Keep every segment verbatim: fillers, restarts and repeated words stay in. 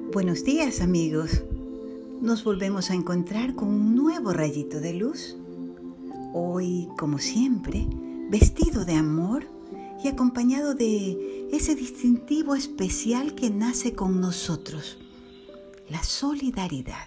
Buenos días, amigos. Nos volvemos a encontrar con un nuevo rayito de luz. Hoy, como siempre, vestido de amor y acompañado de ese distintivo especial que nace con nosotros, la solidaridad.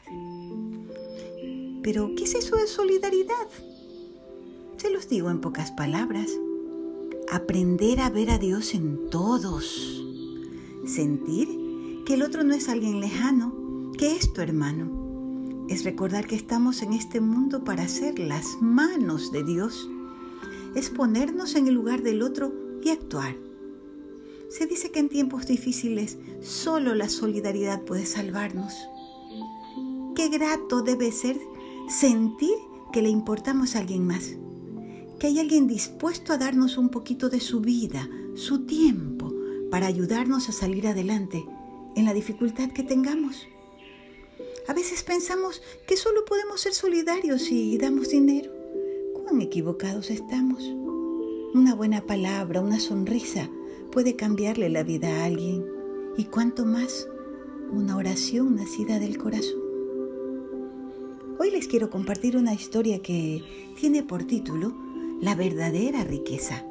Pero, ¿qué es eso de solidaridad? Se los digo en pocas palabras. Aprender a ver a Dios en todos. Sentir que el otro no es alguien lejano, que es tu hermano. Es recordar que estamos en este mundo para ser las manos de Dios. Es ponernos en el lugar del otro y actuar. Se dice que en tiempos difíciles solo la solidaridad puede salvarnos. Qué grato debe ser sentir que le importamos a alguien más, que hay alguien dispuesto a darnos un poquito de su vida, su tiempo, para ayudarnos a salir adelante en la dificultad que tengamos. A veces pensamos que solo podemos ser solidarios si damos dinero. ¿Cuán equivocados estamos? Una buena palabra, una sonrisa puede cambiarle la vida a alguien. Y cuánto más una oración nacida del corazón. Hoy les quiero compartir una historia que tiene por título La verdadera riqueza.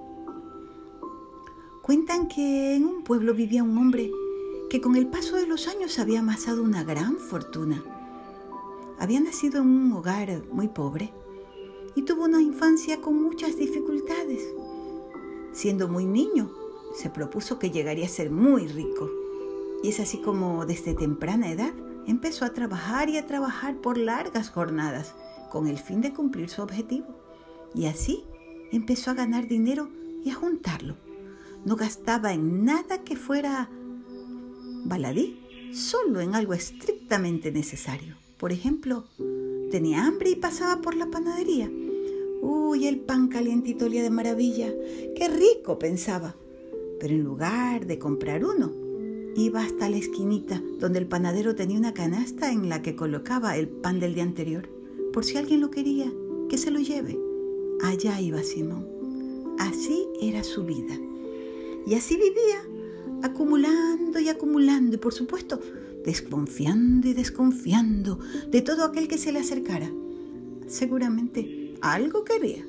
Cuentan que en un pueblo vivía un hombre que con el paso de los años había amasado una gran fortuna. Había nacido en un hogar muy pobre y tuvo una infancia con muchas dificultades. Siendo muy niño, se propuso que llegaría a ser muy rico. Y es así como desde temprana edad empezó a trabajar y a trabajar por largas jornadas con el fin de cumplir su objetivo. Y así empezó a ganar dinero y a juntarlo. No gastaba en nada que fuera baladí, solo en algo estrictamente necesario. Por ejemplo, tenía hambre y pasaba por la panadería. Uy, el pan calientito olía de maravilla. ¡Qué rico!, pensaba. Pero en lugar de comprar uno, iba hasta la esquinita donde el panadero tenía una canasta en la que colocaba el pan del día anterior. Por si alguien lo quería, que se lo lleve. Allá iba Simón. Así era su vida. Y así vivía, acumulando y acumulando, y por supuesto, desconfiando y desconfiando de todo aquel que se le acercara. Seguramente algo quería.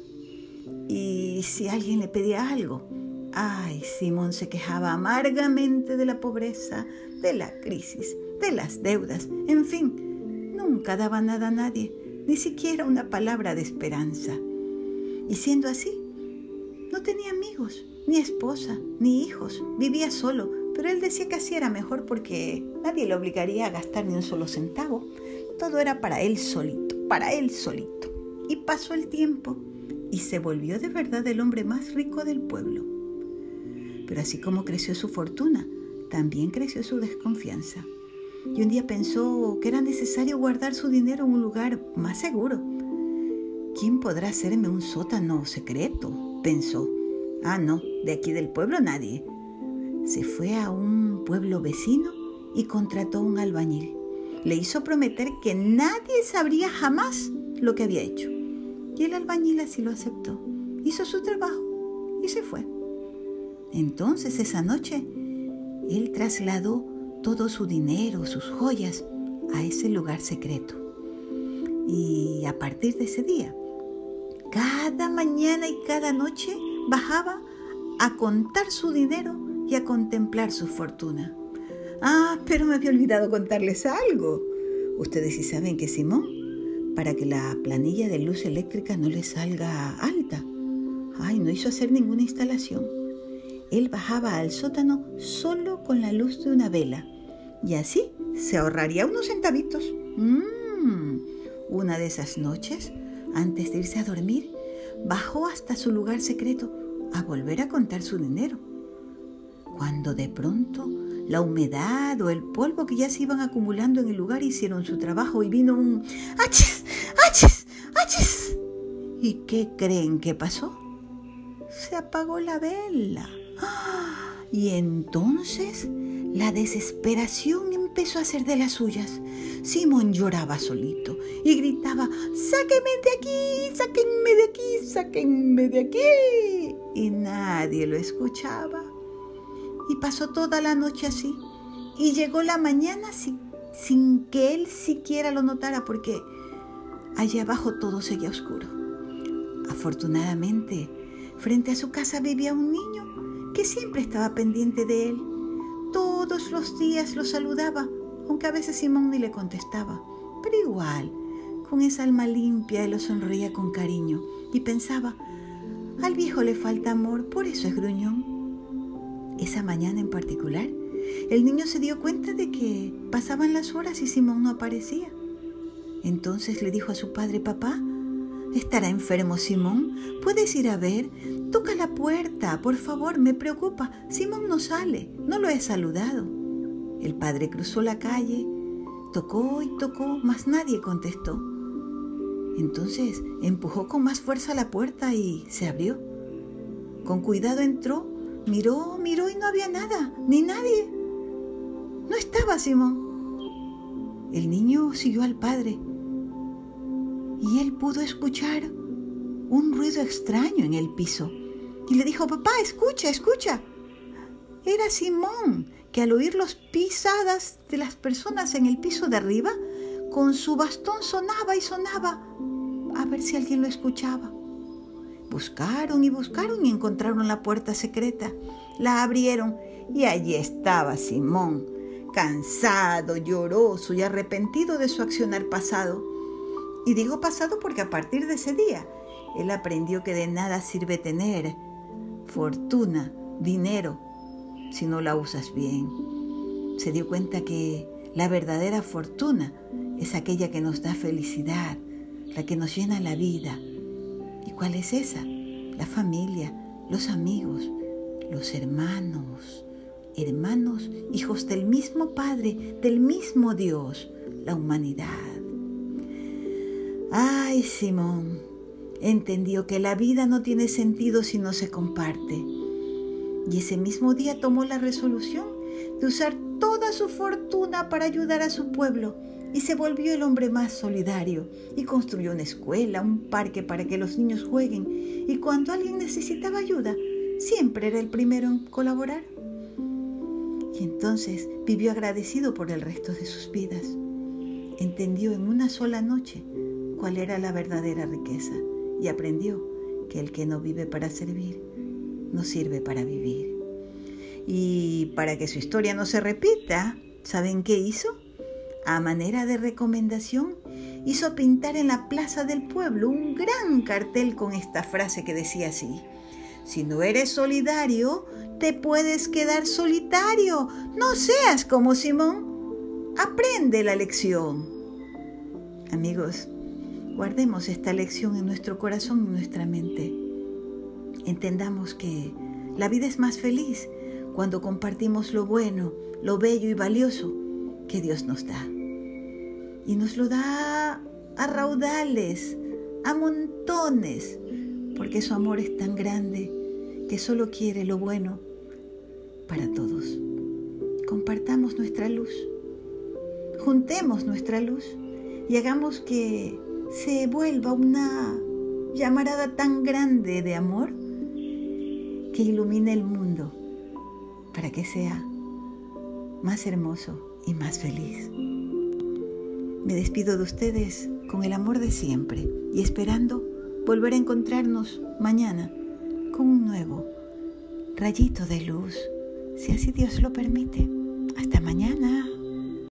Y si alguien le pedía algo, ay, Simón se quejaba amargamente de la pobreza, de la crisis, de las deudas, en fin, nunca daba nada a nadie, ni siquiera una palabra de esperanza. Y siendo así, no tenía amigos, ni esposa, ni hijos, vivía solo, pero él decía que así era mejor porque nadie le obligaría a gastar ni un solo centavo. Todo era para él solito, para él solito. Y pasó el tiempo y se volvió de verdad el hombre más rico del pueblo. Pero así como creció su fortuna, también creció su desconfianza. Y un día pensó que era necesario guardar su dinero en un lugar más seguro. ¿Quién podrá hacerme un sótano secreto?, pensó. Ah, no, de aquí del pueblo nadie. Se fue a un pueblo vecino y contrató a un albañil. Le hizo prometer que nadie sabría jamás lo que había hecho. Y el albañil así lo aceptó. Hizo su trabajo y se fue. Entonces, esa noche, él trasladó todo su dinero, sus joyas, a ese lugar secreto. Y a partir de ese día, cada mañana y cada noche bajaba a contar su dinero y a contemplar su fortuna. Ah, pero me había olvidado contarles algo. Ustedes sí saben que Simón, para que la planilla de luz eléctrica no le salga alta, ay, no hizo hacer ninguna instalación. Él bajaba al sótano solo con la luz de una vela y así se ahorraría unos centavitos. Mm, una de esas noches, antes de irse a dormir, bajó hasta su lugar secreto a volver a contar su dinero. Cuando de pronto la humedad o el polvo que ya se iban acumulando en el lugar hicieron su trabajo y vino un ¡achis! ¡achis! ¡achis! ¿Y qué creen que pasó? Se apagó la vela. Y entonces la desesperación empezó a hacer de las suyas. Simón lloraba solito y gritaba: ¡sáquenme de aquí! ¡sáquenme de aquí! ¡sáquenme de aquí! Y nadie lo escuchaba. Y pasó toda la noche así. Y llegó la mañana así, sin que él siquiera lo notara, porque allá abajo todo seguía oscuro. Afortunadamente, frente a su casa vivía un niño que siempre estaba pendiente de él. Todos los días lo saludaba, aunque a veces Simón ni le contestaba, pero igual, con esa alma limpia, él lo sonreía con cariño y pensaba: al viejo le falta amor, por eso es gruñón. Esa mañana en particular, el niño se dio cuenta de que pasaban las horas y Simón no aparecía. Entonces le dijo a su padre: papá, ¿estará enfermo Simón? ¿Puedes ir a ver? Toca la puerta, por favor, me preocupa. Simón no sale, no lo he saludado. El padre cruzó la calle, tocó y tocó, mas nadie contestó. Entonces empujó con más fuerza la puerta y se abrió. Con cuidado entró, miró, miró y no había nada, ni nadie. No estaba Simón. El niño siguió al padre y él pudo escuchar un ruido extraño en el piso. Y le dijo: papá, escucha, escucha. Era Simón, que al oír las pisadas de las personas en el piso de arriba, con su bastón sonaba y sonaba, a ver si alguien lo escuchaba. Buscaron y buscaron y encontraron la puerta secreta. La abrieron y allí estaba Simón, cansado, lloroso y arrepentido de su accionar pasado. Y digo pasado porque a partir de ese día, él aprendió que de nada sirve tener fortuna, dinero, si no la usas bien. Se dio cuenta que la verdadera fortuna es aquella que nos da felicidad, la que nos llena la vida. ¿Y cuál es esa? La familia, los amigos, los hermanos, hermanos, hijos del mismo Padre, del mismo Dios, la humanidad. Ay, Simón entendió que la vida no tiene sentido si no se comparte. Y ese mismo día tomó la resolución de usar toda su fortuna para ayudar a su pueblo y se volvió el hombre más solidario y construyó una escuela, un parque para que los niños jueguen, y cuando alguien necesitaba ayuda, siempre era el primero en colaborar. Y entonces vivió agradecido por el resto de sus vidas. Entendió en una sola noche cuál era la verdadera riqueza y aprendió que el que no vive para servir no sirve para vivir. Y para que su historia no se repita, ¿saben qué hizo? A manera de recomendación, hizo pintar en la plaza del pueblo un gran cartel con esta frase que decía así: si no eres solidario, te puedes quedar solitario. No seas como Simón. Aprende la lección. Amigos, guardemos esta lección en nuestro corazón y en nuestra mente. Entendamos que la vida es más feliz cuando compartimos lo bueno, lo bello y valioso que Dios nos da. Y nos lo da a raudales, a montones, porque su amor es tan grande que solo quiere lo bueno para todos. Compartamos nuestra luz, juntemos nuestra luz y hagamos que se vuelva una llamarada tan grande de amor que ilumine el mundo para que sea más hermoso y más feliz. Me despido de ustedes con el amor de siempre y esperando volver a encontrarnos mañana con un nuevo rayito de luz, si así Dios lo permite.